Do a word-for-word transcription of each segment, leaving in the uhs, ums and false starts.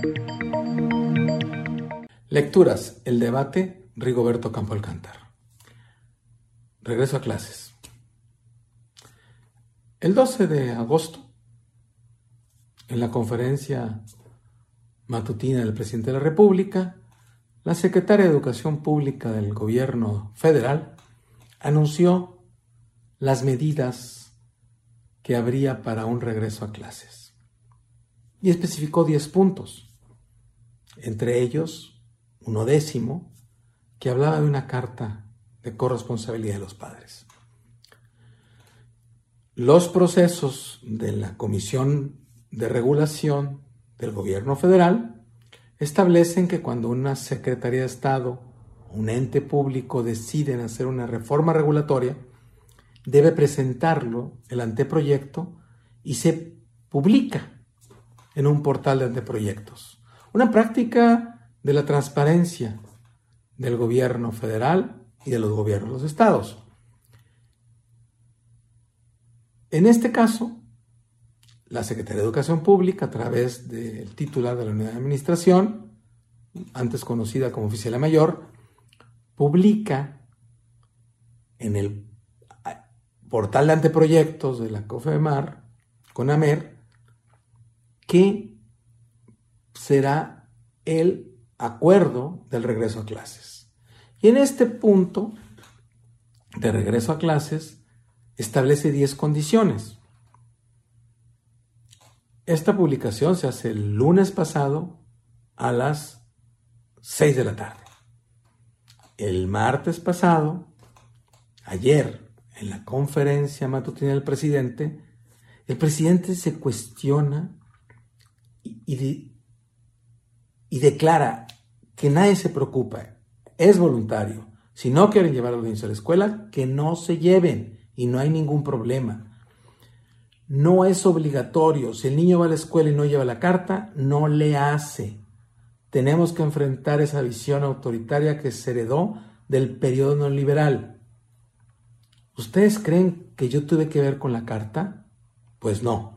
Lecturas, el debate, Rigoberto Campo Alcántara. Regreso a clases. El doce de agosto, en la conferencia matutina del presidente de la República, la secretaria de Educación Pública del Gobierno Federal anunció las medidas que habría para un regreso a clases y especificó diez puntos, entre ellos uno décimo, que hablaba de una carta de corresponsabilidad de los padres. Los procesos de la Comisión de Regulación del Gobierno Federal establecen que cuando una Secretaría de Estado o un ente público deciden hacer una reforma regulatoria, debe presentarlo, el anteproyecto, y se publica en un portal de anteproyectos. Una práctica de la transparencia del gobierno federal y de los gobiernos de los estados. En este caso, la Secretaría de Educación Pública, a través del titular de la Unidad de Administración, antes conocida como Oficiala Mayor, publica en el portal de anteproyectos de la COFEMAR, CONAMER, que será el acuerdo del regreso a clases. Y en este punto de regreso a clases establece diez condiciones. Esta publicación se hace el lunes pasado a las seis de la tarde. El martes pasado, ayer, en la conferencia matutina del presidente, el presidente se cuestiona y, y, de, y declara que nadie se preocupa, es voluntario. Si no quieren llevar a los niños a la escuela, que no se lleven y no hay ningún problema. No es obligatorio. Si el niño va a la escuela y no lleva la carta, no le hace. Tenemos que enfrentar esa visión autoritaria que se heredó del periodo neoliberal. ¿Ustedes creen que yo tuve que ver con la carta? Pues no.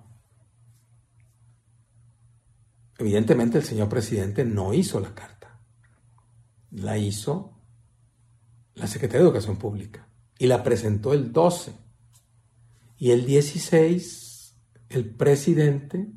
Evidentemente el señor presidente no hizo la carta. La hizo la Secretaría de Educación Pública y la presentó el doce. Y el dieciséis, el presidente,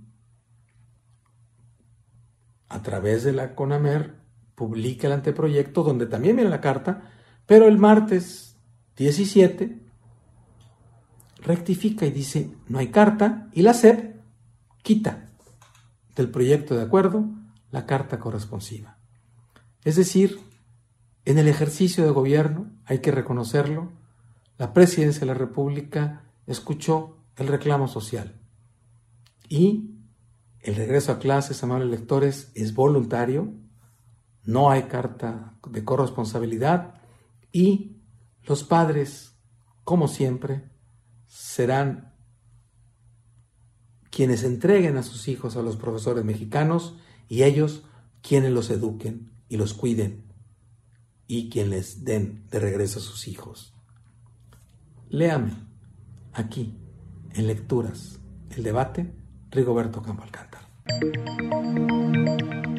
a través de la CONAMER, publica el anteproyecto donde también viene la carta, pero el martes diecisiete rectifica y dice no hay carta, y la S E P quita del proyecto de acuerdo la carta corresponsiva. Es decir, en el ejercicio de gobierno, hay que reconocerlo, la Presidencia de la República escuchó el reclamo social y el regreso a clases, amables lectores, es voluntario, no hay carta de corresponsabilidad y los padres, como siempre, serán quienes entreguen a sus hijos a los profesores mexicanos y ellos quienes los eduquen y los cuiden y quienes les den de regreso a sus hijos. Léame aquí, en Lecturas, el debate, Rigoberto Campo Alcántara.